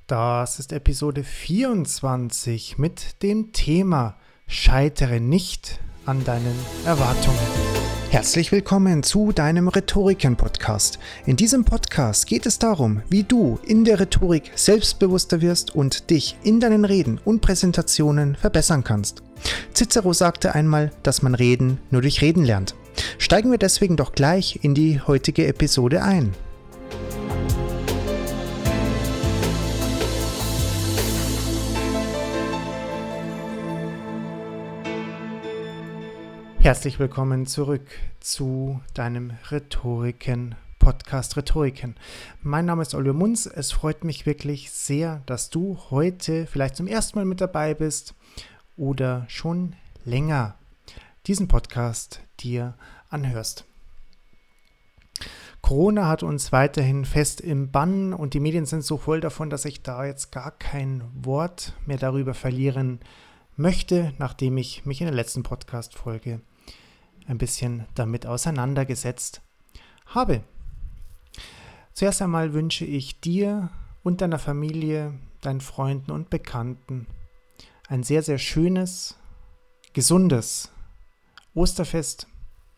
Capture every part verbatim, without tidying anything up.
Das ist Episode vierundzwanzig mit dem Thema Scheitere nicht an deinen Erwartungen. Herzlich willkommen zu deinem Rhetoriken-Podcast. In diesem Podcast geht es darum, wie du in der Rhetorik selbstbewusster wirst und dich in deinen Reden und Präsentationen verbessern kannst. Cicero sagte einmal, dass man Reden nur durch Reden lernt. Steigen wir deswegen doch gleich in die heutige Episode ein. Herzlich willkommen zurück zu deinem Rhetoriken-Podcast Rhetoriken. Mein Name ist Oliver Munz. Es freut mich wirklich sehr, dass du heute vielleicht zum ersten Mal mit dabei bist oder schon länger diesen Podcast dir anhörst. Corona hat uns weiterhin fest im Bann und die Medien sind so voll davon, dass ich da jetzt gar kein Wort mehr darüber verlieren möchte, nachdem ich mich in der letzten Podcast-Folge ein bisschen damit auseinandergesetzt habe. Zuerst einmal wünsche ich dir und deiner Familie, deinen Freunden und Bekannten ein sehr, sehr schönes, gesundes Osterfest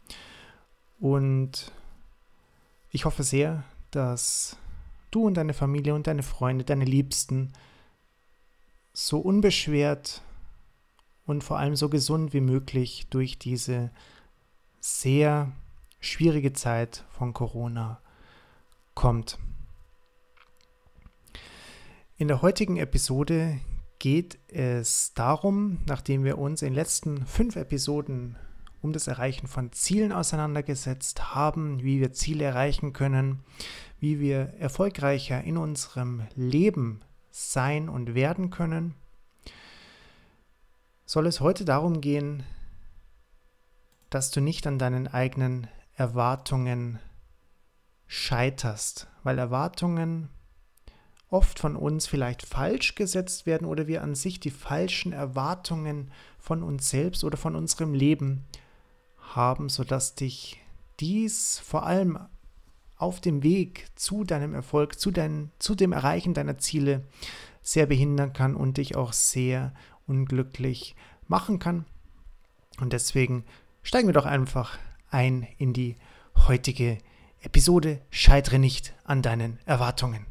und ich hoffe sehr, dass du und deine Familie und deine Freunde, deine Liebsten so unbeschwert und vor allem so gesund wie möglich durch diese sehr schwierige Zeit von Corona kommt. In der heutigen Episode geht es darum, nachdem wir uns in den letzten fünf Episoden um das Erreichen von Zielen auseinandergesetzt haben, wie wir Ziele erreichen können, wie wir erfolgreicher in unserem Leben sein und werden können, soll es heute darum gehen, dass du nicht an deinen eigenen Erwartungen scheiterst, weil Erwartungen oft von uns vielleicht falsch gesetzt werden oder wir an sich die falschen Erwartungen von uns selbst oder von unserem Leben haben, sodass dich dies vor allem auf dem Weg zu deinem Erfolg, zu, dein, zu dem Erreichen deiner Ziele sehr behindern kann und dich auch sehr unglücklich machen kann. Und deswegen steigen wir doch einfach ein in die heutige Episode. Scheitere nicht an deinen Erwartungen.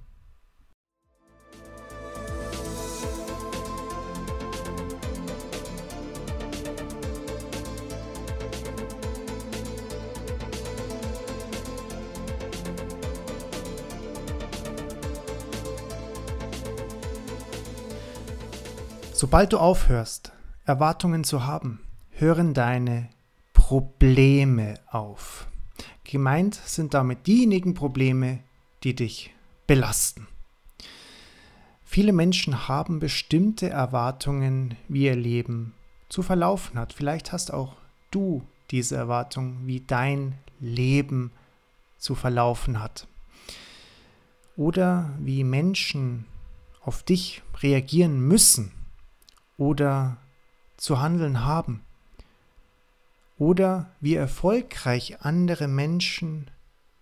Sobald du aufhörst, Erwartungen zu haben, hören deine Probleme auf. Gemeint sind damit diejenigen Probleme, die dich belasten. Viele Menschen haben bestimmte Erwartungen, wie ihr Leben zu verlaufen hat. Vielleicht hast auch du diese Erwartung, wie dein Leben zu verlaufen hat. Oder wie Menschen auf dich reagieren müssen oder zu handeln haben. Oder wie erfolgreich andere Menschen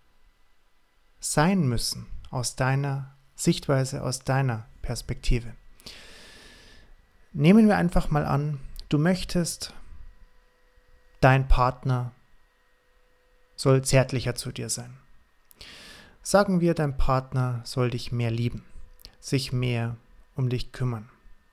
sein müssen, aus deiner Sichtweise, aus deiner Perspektive. Nehmen wir einfach mal an, du möchtest, dein Partner soll zärtlicher zu dir sein. Sagen wir, dein Partner soll dich mehr lieben, sich mehr um dich kümmern.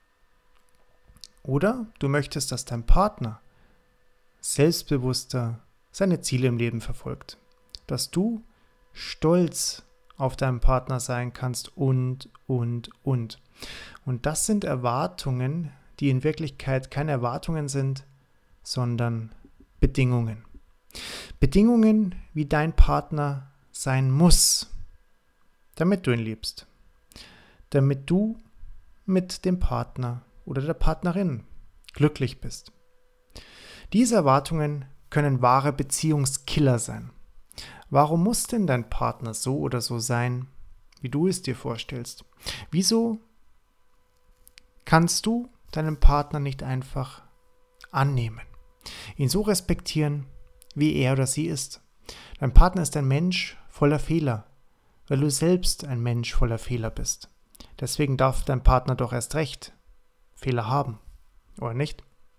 Oder du möchtest, dass dein Partner selbstbewusster seine Ziele im Leben verfolgt, dass du stolz auf deinen Partner sein kannst und, und, und. Und das sind Erwartungen, die in Wirklichkeit keine Erwartungen sind, sondern Bedingungen. Bedingungen, wie dein Partner sein muss, damit du ihn liebst, damit du mit dem Partner oder der Partnerin glücklich bist. Diese Erwartungen können wahre Beziehungskiller sein. Warum muss denn dein Partner so oder so sein, wie du es dir vorstellst? Wieso kannst du deinen Partner nicht einfach annehmen, ihn so respektieren, wie er oder sie ist? Dein Partner ist ein Mensch voller Fehler, weil du selbst ein Mensch voller Fehler bist. Deswegen darf dein Partner doch erst recht Fehler haben, oder nicht?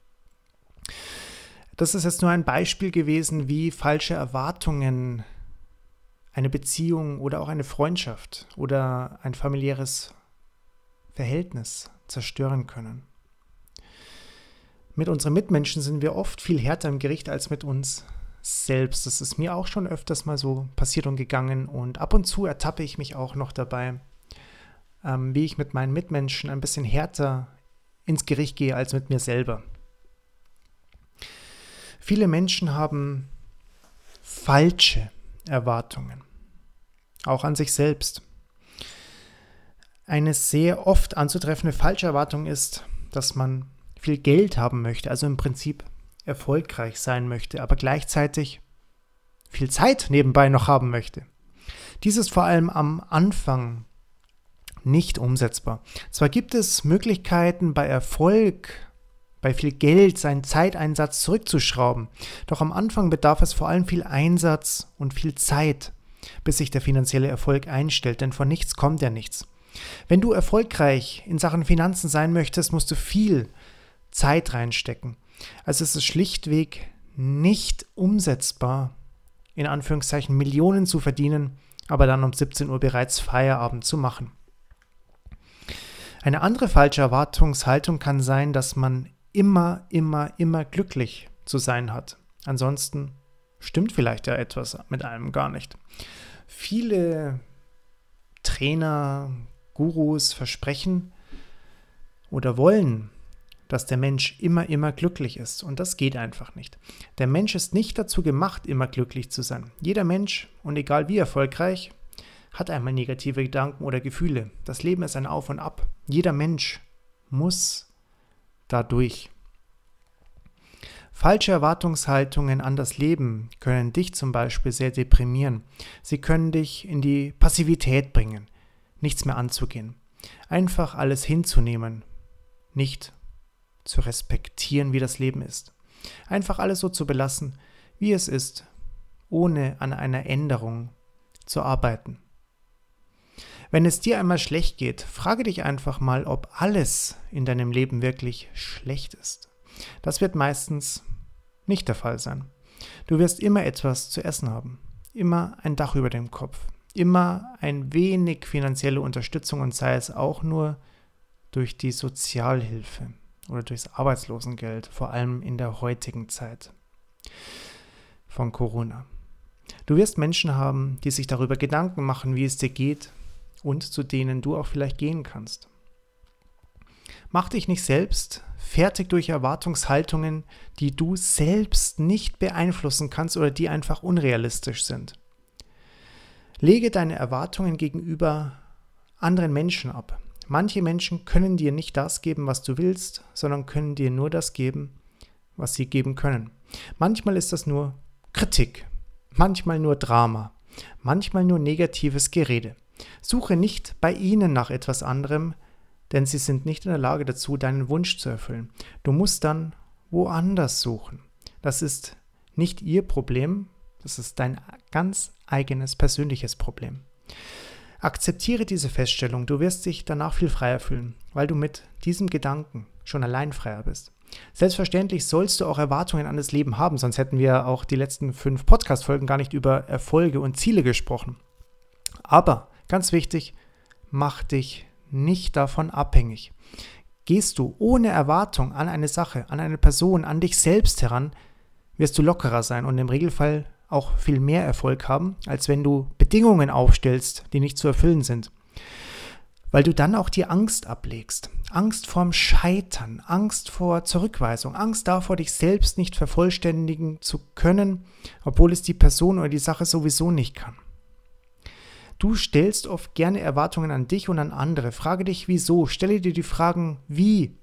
Das ist jetzt nur ein Beispiel gewesen, wie falsche Erwartungen eine Beziehung oder auch eine Freundschaft oder ein familiäres Verhältnis zerstören können. Mit unseren Mitmenschen sind wir oft viel härter im Gericht als mit uns selbst. Das ist mir auch schon öfters mal so passiert und gegangen und ab und zu ertappe ich mich auch noch dabei, ähm, wie ich mit meinen Mitmenschen ein bisschen härter ins Gericht gehe als mit mir selber. Viele Menschen haben falsche Erwartungen, auch an sich selbst. Eine sehr oft anzutreffende falsche Erwartung ist, dass man viel Geld haben möchte, also im Prinzip erfolgreich sein möchte, aber gleichzeitig viel Zeit nebenbei noch haben möchte. Dies ist vor allem am Anfang nicht umsetzbar. Zwar gibt es Möglichkeiten bei Erfolg, bei viel Geld seinen Zeiteinsatz zurückzuschrauben, doch am Anfang bedarf es vor allem viel Einsatz und viel Zeit, bis sich der finanzielle Erfolg einstellt, denn von nichts kommt ja nichts. Wenn du erfolgreich in Sachen Finanzen sein möchtest, musst du viel Zeit reinstecken. Also es ist schlichtweg nicht umsetzbar, in Anführungszeichen Millionen zu verdienen, aber dann um siebzehn Uhr bereits Feierabend zu machen. Eine andere falsche Erwartungshaltung kann sein, dass man immer, immer, immer glücklich zu sein hat. Ansonsten stimmt vielleicht ja etwas mit einem gar nicht. Viele Trainer, Gurus versprechen oder wollen, dass der Mensch immer, immer glücklich ist. Und das geht einfach nicht. Der Mensch ist nicht dazu gemacht, immer glücklich zu sein. Jeder Mensch, und egal wie erfolgreich, hat einmal negative Gedanken oder Gefühle. Das Leben ist ein Auf und Ab. Jeder Mensch muss dadurch. Falsche Erwartungshaltungen an das Leben können dich zum Beispiel sehr deprimieren. Sie können dich in die Passivität bringen, nichts mehr anzugehen. Einfach alles hinzunehmen, nicht zu respektieren, wie das Leben ist. Einfach alles so zu belassen, wie es ist, ohne an einer Änderung zu arbeiten. Wenn es dir einmal schlecht geht, frage dich einfach mal, ob alles in deinem Leben wirklich schlecht ist. Das wird meistens nicht der Fall sein. Du wirst immer etwas zu essen haben, immer ein Dach über dem Kopf, immer ein wenig finanzielle Unterstützung und sei es auch nur durch die Sozialhilfe oder durchs Arbeitslosengeld, vor allem in der heutigen Zeit von Corona. Du wirst Menschen haben, die sich darüber Gedanken machen, wie es dir geht und zu denen du auch vielleicht gehen kannst. Mach dich nicht selbst fertig durch Erwartungshaltungen, die du selbst nicht beeinflussen kannst oder die einfach unrealistisch sind. Lege deine Erwartungen gegenüber anderen Menschen ab. Manche Menschen können dir nicht das geben, was du willst, sondern können dir nur das geben, was sie geben können. Manchmal ist das nur Kritik, manchmal nur Drama, manchmal nur negatives Gerede. Suche nicht bei ihnen nach etwas anderem, denn sie sind nicht in der Lage dazu, deinen Wunsch zu erfüllen. Du musst dann woanders suchen. Das ist nicht ihr Problem, das ist dein ganz eigenes persönliches Problem. Akzeptiere diese Feststellung, du wirst dich danach viel freier fühlen, weil du mit diesem Gedanken schon allein freier bist. Selbstverständlich sollst du auch Erwartungen an das Leben haben, sonst hätten wir auch die letzten fünf Podcast-Folgen gar nicht über Erfolge und Ziele gesprochen. Aber, ganz wichtig, mach dich nicht davon abhängig. Gehst du ohne Erwartung an eine Sache, an eine Person, an dich selbst heran, wirst du lockerer sein und im Regelfall auch viel mehr Erfolg haben, als wenn du Bedingungen aufstellst, die nicht zu erfüllen sind. Weil du dann auch die Angst ablegst. Angst vorm Scheitern, Angst vor Zurückweisung, Angst davor, dich selbst nicht vervollständigen zu können, obwohl es die Person oder die Sache sowieso nicht kann. Du stellst oft gerne Erwartungen an dich und an andere. Frage dich, wieso? Stelle dir die Fragen, wie?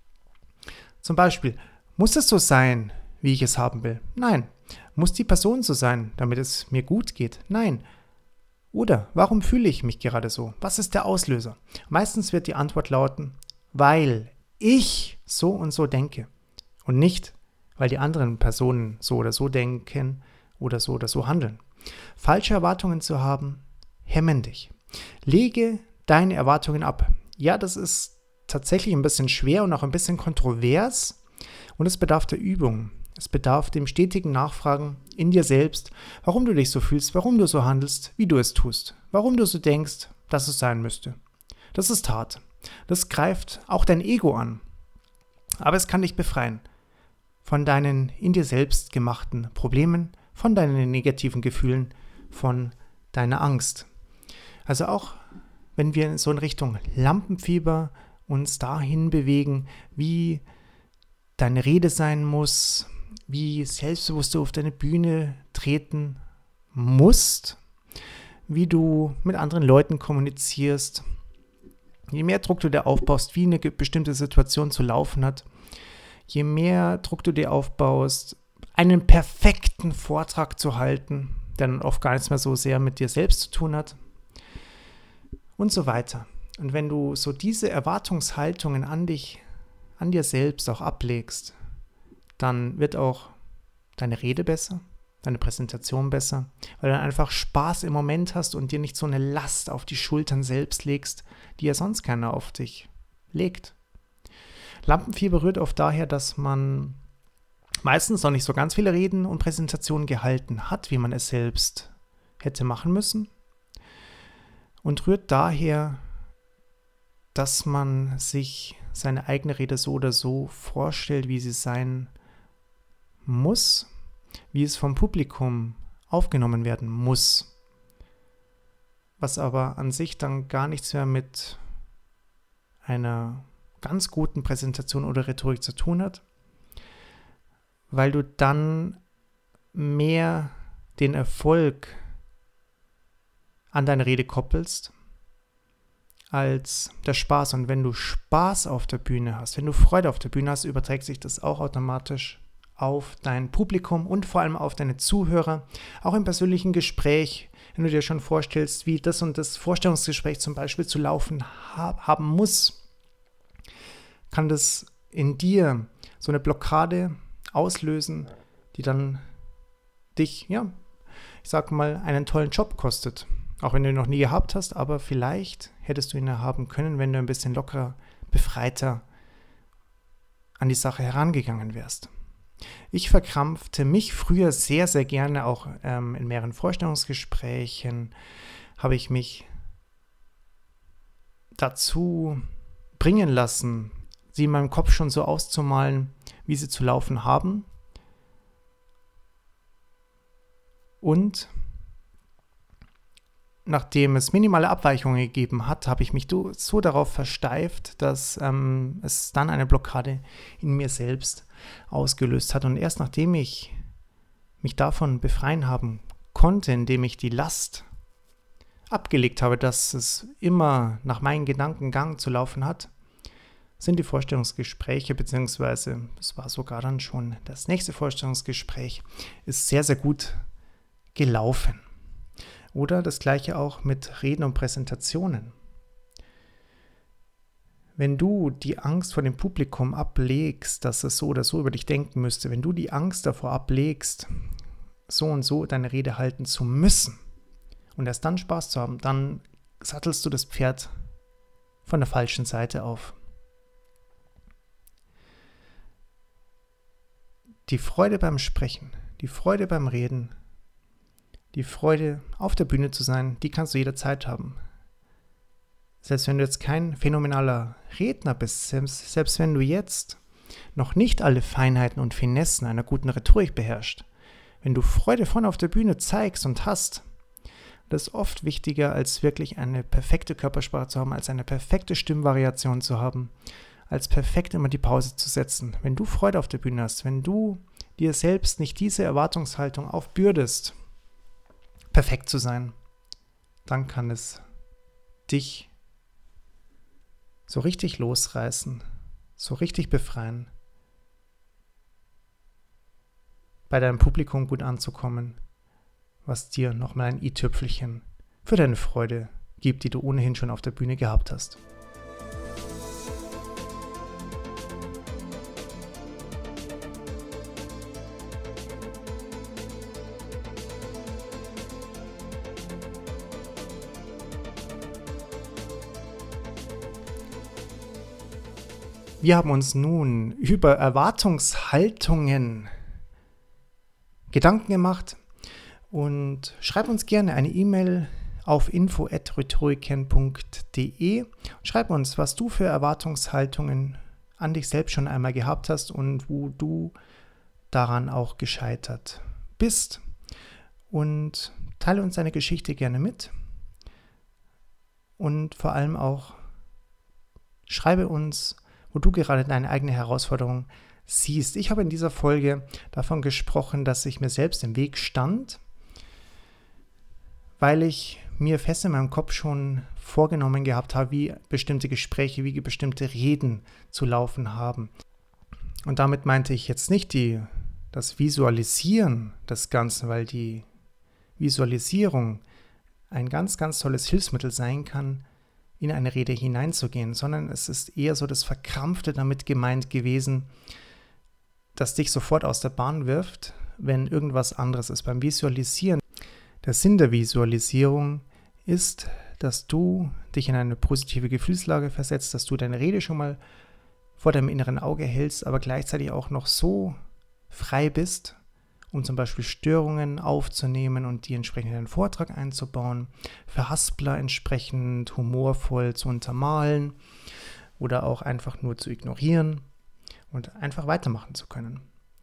Zum Beispiel, muss es so sein, wie ich es haben will? Nein. Muss die Person so sein, damit es mir gut geht? Nein. Oder, warum fühle ich mich gerade so? Was ist der Auslöser? Meistens wird die Antwort lauten, weil ich so und so denke. Und nicht, weil die anderen Personen so oder so denken oder so oder so handeln. Falsche Erwartungen zu haben, hemmen dich. Lege deine Erwartungen ab. Ja, das ist tatsächlich ein bisschen schwer und auch ein bisschen kontrovers und es bedarf der Übung. Es bedarf dem stetigen Nachfragen in dir selbst, warum du dich so fühlst, warum du so handelst, wie du es tust, warum du so denkst, dass es sein müsste. Das ist hart. Das greift auch dein Ego an. Aber es kann dich befreien von deinen in dir selbst gemachten Problemen, von deinen negativen Gefühlen, von deiner Angst. Also auch wenn wir so in Richtung Lampenfieber uns dahin bewegen, wie deine Rede sein muss, wie selbstbewusst du auf deine Bühne treten musst, wie du mit anderen Leuten kommunizierst, je mehr Druck du dir aufbaust, wie eine bestimmte Situation zu laufen hat, je mehr Druck du dir aufbaust, einen perfekten Vortrag zu halten, der dann oft gar nichts mehr so sehr mit dir selbst zu tun hat und so weiter. Und wenn du so diese Erwartungshaltungen an dich, an dir selbst auch ablegst, dann wird auch deine Rede besser, deine Präsentation besser, weil du dann einfach Spaß im Moment hast und dir nicht so eine Last auf die Schultern selbst legst, die ja sonst keiner auf dich legt. Lampenfieber rührt oft daher, dass man meistens noch nicht so ganz viele Reden und Präsentationen gehalten hat, wie man es selbst hätte machen müssen. Und rührt daher, dass man sich seine eigene Rede so oder so vorstellt, wie sie sein muss, wie es vom Publikum aufgenommen werden muss. Was aber an sich dann gar nichts mehr mit einer ganz guten Präsentation oder Rhetorik zu tun hat, weil du dann mehr den Erfolg an deine Rede koppelst, als der Spaß. Und wenn du Spaß auf der Bühne hast, wenn du Freude auf der Bühne hast, überträgt sich das auch automatisch auf dein Publikum und vor allem auf deine Zuhörer. Auch im persönlichen Gespräch, wenn du dir schon vorstellst, wie das und das Vorstellungsgespräch zum Beispiel zu laufen ha- haben muss, kann das in dir so eine Blockade auslösen, die dann dich, ja, ich sag mal, einen tollen Job kostet. Auch wenn du ihn noch nie gehabt hast, aber vielleicht hättest du ihn ja haben können, wenn du ein bisschen lockerer, befreiter an die Sache herangegangen wärst. Ich verkrampfte mich früher sehr, sehr gerne, auch ähm, in mehreren Vorstellungsgesprächen habe ich mich dazu bringen lassen, sie in meinem Kopf schon so auszumalen, wie sie zu laufen haben. Und nachdem es minimale Abweichungen gegeben hat, habe ich mich so darauf versteift, dass ähm, es dann eine Blockade in mir selbst ausgelöst hat. Und erst nachdem ich mich davon befreien haben konnte, indem ich die Last abgelegt habe, dass es immer nach meinem Gedankengang zu laufen hat, sind die Vorstellungsgespräche, beziehungsweise es war sogar dann schon das nächste Vorstellungsgespräch, ist sehr, sehr gut gelaufen. Oder das gleiche auch mit Reden und Präsentationen. Wenn du die Angst vor dem Publikum ablegst, dass es so oder so über dich denken müsste, wenn du die Angst davor ablegst, so und so deine Rede halten zu müssen und erst dann Spaß zu haben, dann sattelst du das Pferd von der falschen Seite auf. Die Freude beim Sprechen, die Freude beim Reden, die Freude, auf der Bühne zu sein, die kannst du jederzeit haben. Selbst wenn du jetzt kein phänomenaler Redner bist, selbst, selbst wenn du jetzt noch nicht alle Feinheiten und Finessen einer guten Rhetorik beherrschst, wenn du Freude vorne auf der Bühne zeigst und hast, das ist oft wichtiger, als wirklich eine perfekte Körpersprache zu haben, als eine perfekte Stimmvariation zu haben, als perfekt immer die Pause zu setzen. Wenn du Freude auf der Bühne hast, wenn du dir selbst nicht diese Erwartungshaltung aufbürdest, perfekt zu sein, dann kann es dich so richtig losreißen, so richtig befreien, bei deinem Publikum gut anzukommen, was dir nochmal ein i-Tüpfelchen für deine Freude gibt, die du ohnehin schon auf der Bühne gehabt hast. Wir haben uns nun über Erwartungshaltungen Gedanken gemacht und schreib uns gerne eine E-Mail auf info at rhetoriken punkt de. Schreib uns, was du für Erwartungshaltungen an dich selbst schon einmal gehabt hast und wo du daran auch gescheitert bist. Und teile uns deine Geschichte gerne mit. Und vor allem auch schreibe uns, wo du gerade deine eigene Herausforderung siehst. Ich habe in dieser Folge davon gesprochen, dass ich mir selbst im Weg stand, weil ich mir fest in meinem Kopf schon vorgenommen gehabt habe, wie bestimmte Gespräche, wie bestimmte Reden zu laufen haben. Und damit meinte ich jetzt nicht die, das Visualisieren des Ganzen, weil die Visualisierung ein ganz, ganz tolles Hilfsmittel sein kann, in eine Rede hineinzugehen, sondern es ist eher so das Verkrampfte damit gemeint gewesen, das dich sofort aus der Bahn wirft, wenn irgendwas anderes ist. Beim Visualisieren, der Sinn der Visualisierung ist, dass du dich in eine positive Gefühlslage versetzt, dass du deine Rede schon mal vor deinem inneren Auge hältst, aber gleichzeitig auch noch so frei bist, um zum Beispiel Störungen aufzunehmen und die entsprechend in den Vortrag einzubauen, Verhaspler entsprechend humorvoll zu untermalen oder auch einfach nur zu ignorieren und einfach weitermachen zu können.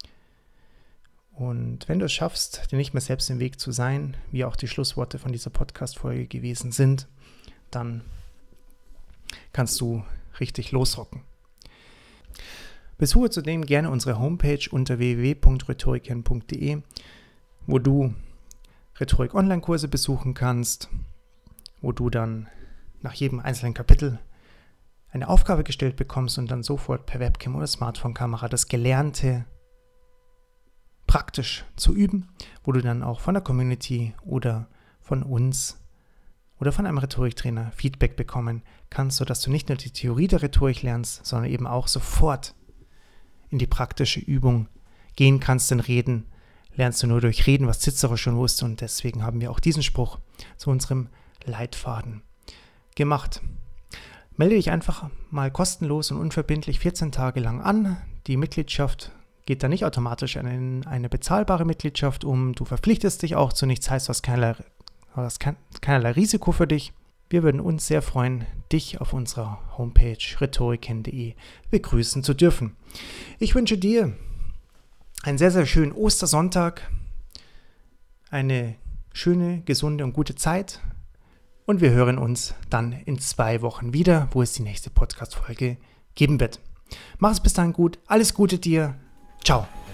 Und wenn du es schaffst, dir nicht mehr selbst im Weg zu sein, wie auch die Schlussworte von dieser Podcast-Folge gewesen sind, dann kannst du richtig losrocken. Besuche zudem gerne unsere Homepage unter w w w punkt rhetoriken punkt de, wo du Rhetorik-Online-Kurse besuchen kannst, wo du dann nach jedem einzelnen Kapitel eine Aufgabe gestellt bekommst und dann sofort per Webcam oder Smartphone-Kamera das Gelernte praktisch zu üben, wo du dann auch von der Community oder von uns oder von einem Rhetoriktrainer Feedback bekommen kannst, sodass du nicht nur die Theorie der Rhetorik lernst, sondern eben auch sofort in die praktische Übung gehen kannst. Denn Reden lernst du nur durch Reden, was Cicero schon wusste, und deswegen haben wir auch diesen Spruch zu unserem Leitfaden gemacht. Melde dich einfach mal kostenlos und unverbindlich vierzehn Tage lang an. Die Mitgliedschaft geht dann nicht automatisch in eine bezahlbare Mitgliedschaft um. Du verpflichtest dich auch zu nichts, heißt, du hast keinerlei, hast keinerlei Risiko für dich. Wir würden uns sehr freuen, dich auf unserer Homepage rhetoriken punkt de begrüßen zu dürfen. Ich wünsche dir einen sehr, sehr schönen Ostersonntag, eine schöne, gesunde und gute Zeit und wir hören uns dann in zwei Wochen wieder, wo es die nächste Podcast-Folge geben wird. Mach es bis dahin gut, alles Gute dir, ciao.